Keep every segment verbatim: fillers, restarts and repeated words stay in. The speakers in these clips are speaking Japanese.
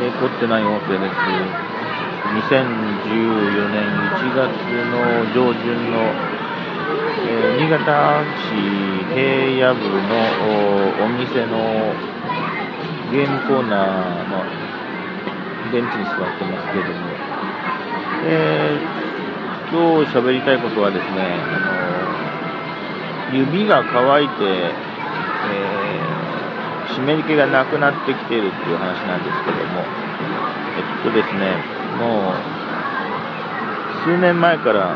えー、凝ってない音声です。にせんじゅうよねんいちがつの上旬の、えー、新潟市平野部の お, お店のゲームコーナーのベンチに座ってますけれども、えー、今日喋りたいことはですね、あの指が乾いて、えー湿り気がなくなってきているっていう話なんですけども、えっとですね、もう数年前からあ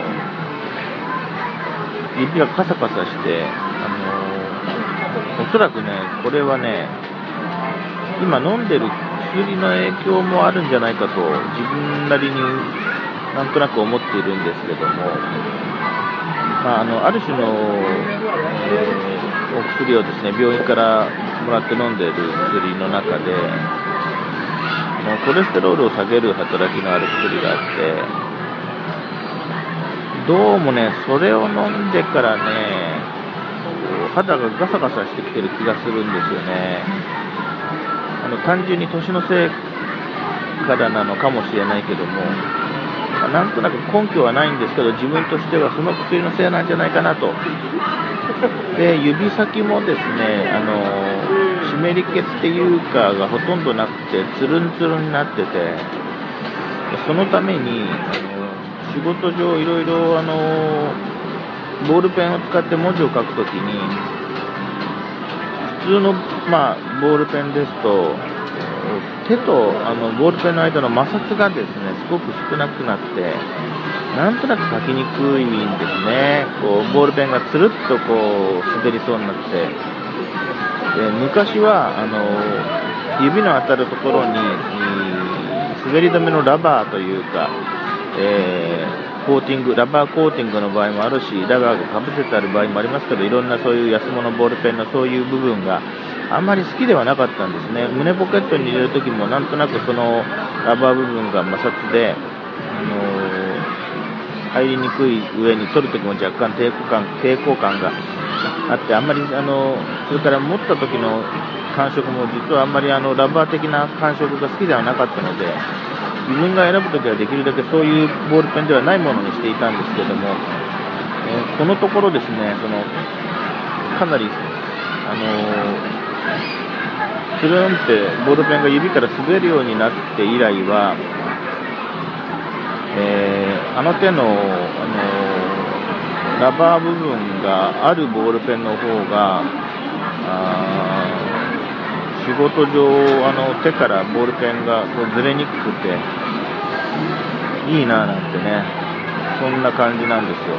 の指がカサカサして、あのおそらくね、これはね、今飲んでる薬の影響もあるんじゃないかと自分なりになんとなく思っているんですけども、まあ、あのある種の、えーお薬をですね、病院からもらって飲んでいる薬の中で、コレステロールを下げる働きのある薬があって、どうもね、それを飲んでからね、肌がガサガサしてきてる気がするんですよね。あの単純に年のせいからなのかもしれないけども、なんとなく根拠はないんですけど、自分としてはその薬のせいなんじゃないかなと。で、指先もですね、あの湿り気っていうかがほとんどなくて、つるんつるんになってて、そのためにあの仕事上いろいろあのボールペンを使って文字を書くときに、普通の、まあ、ボールペンですと手とあのボールペンの間の摩擦がですね、すごく少なくなって、なんとなく書きにくいんですね。こうボールペンがつるっとこう滑りそうになって、で昔はあの指の当たるところに滑り止めのラバーというか、えー、コーティング、ラバーコーティングの場合もあるし、ラバーがかぶせてある場合もありますけど、いろんなそういう安物ボールペンのそういう部分があんまり好きではなかったんですね。胸ポケットに入れるときもなんとなくそのラバー部分が摩擦で、あのー、入りにくい上に取るときも若干抵抗感、抵抗感があって、あんまり、あのー、それから持ったときの感触も実はあんまりあのラバー的な感触が好きではなかったので、自分が選ぶときはできるだけそういうボールペンではないものにしていたんですけれども、えー、このところですね、そのかなりあのーつるんってボールペンが指から滑るようになって以来は、えー、あの手の、あのー、ラバー部分があるボールペンの方があ仕事上あの手からボールペンがこうずれにくくていいななんてね、そんな感じなんですよ。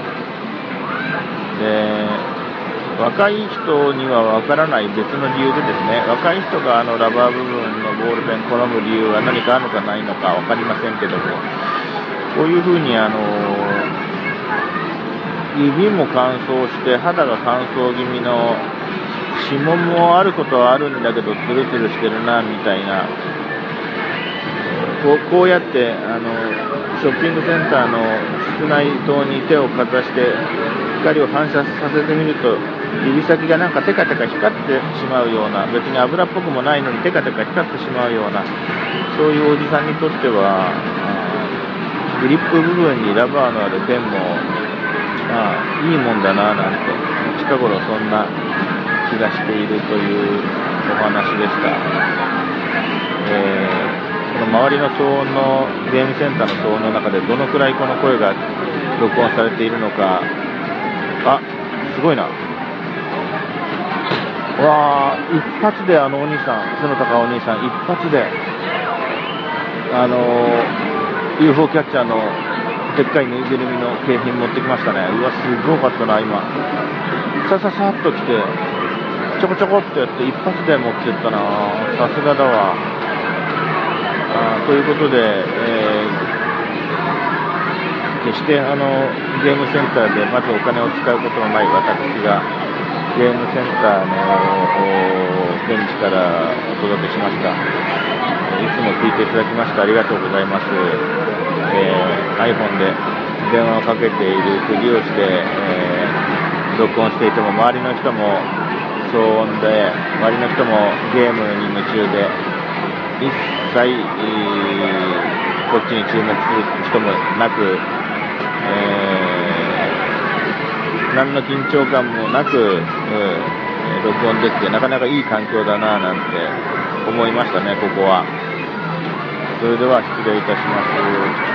で若い人にはわからない別の理由でですね、若い人があのラバー部分のボールペン好む理由は何かあるのかないのかわかりませんけども、こういうふうにあの指も乾燥して肌が乾燥気味の指紋もあることはあるんだけどツルツルしてるなみたいな、こう、こうやってあのショッピングセンターの室内灯に手をかざして光を反射させてみると、指先がなんかテカテカ光ってしまうような、別に油っぽくもないのにテカテカ光ってしまうような、そういうおじさんにとってはグリップ部分にラバーのあるペンもまあいいもんだななんて近頃そんな気がしているというお話でした。えーこの周りの騒音のゲームセンターの騒音の中でどのくらいこの声が録音されているのか、あ、すごいな。わー、一発であのお兄さん、背の高いお兄さん、一発であのー、ユーフォー キャッチャーのでっかいぬいぐるみの景品持ってきましたね。うわ、すごかったな、今。さささっと来て、ちょこちょこってやって一発で持ってったな。さすがだわ。あということで、えー、決してあのゲームセンターでまずお金を使うことのない私がゲームセンターの現地からお届けしました。いつも聞いていただきましてありがとうございます。えー、iPhone で電話をかけているふりをして、えー、録音していても周りの人も騒音で、周りの人もゲームに夢中で一切切、えー、こっちに注目する人もなく、えー、何の緊張感もなく、えー、録音できてなかなかいい環境だななんて思いましたね、ここは。それでは失礼いたします。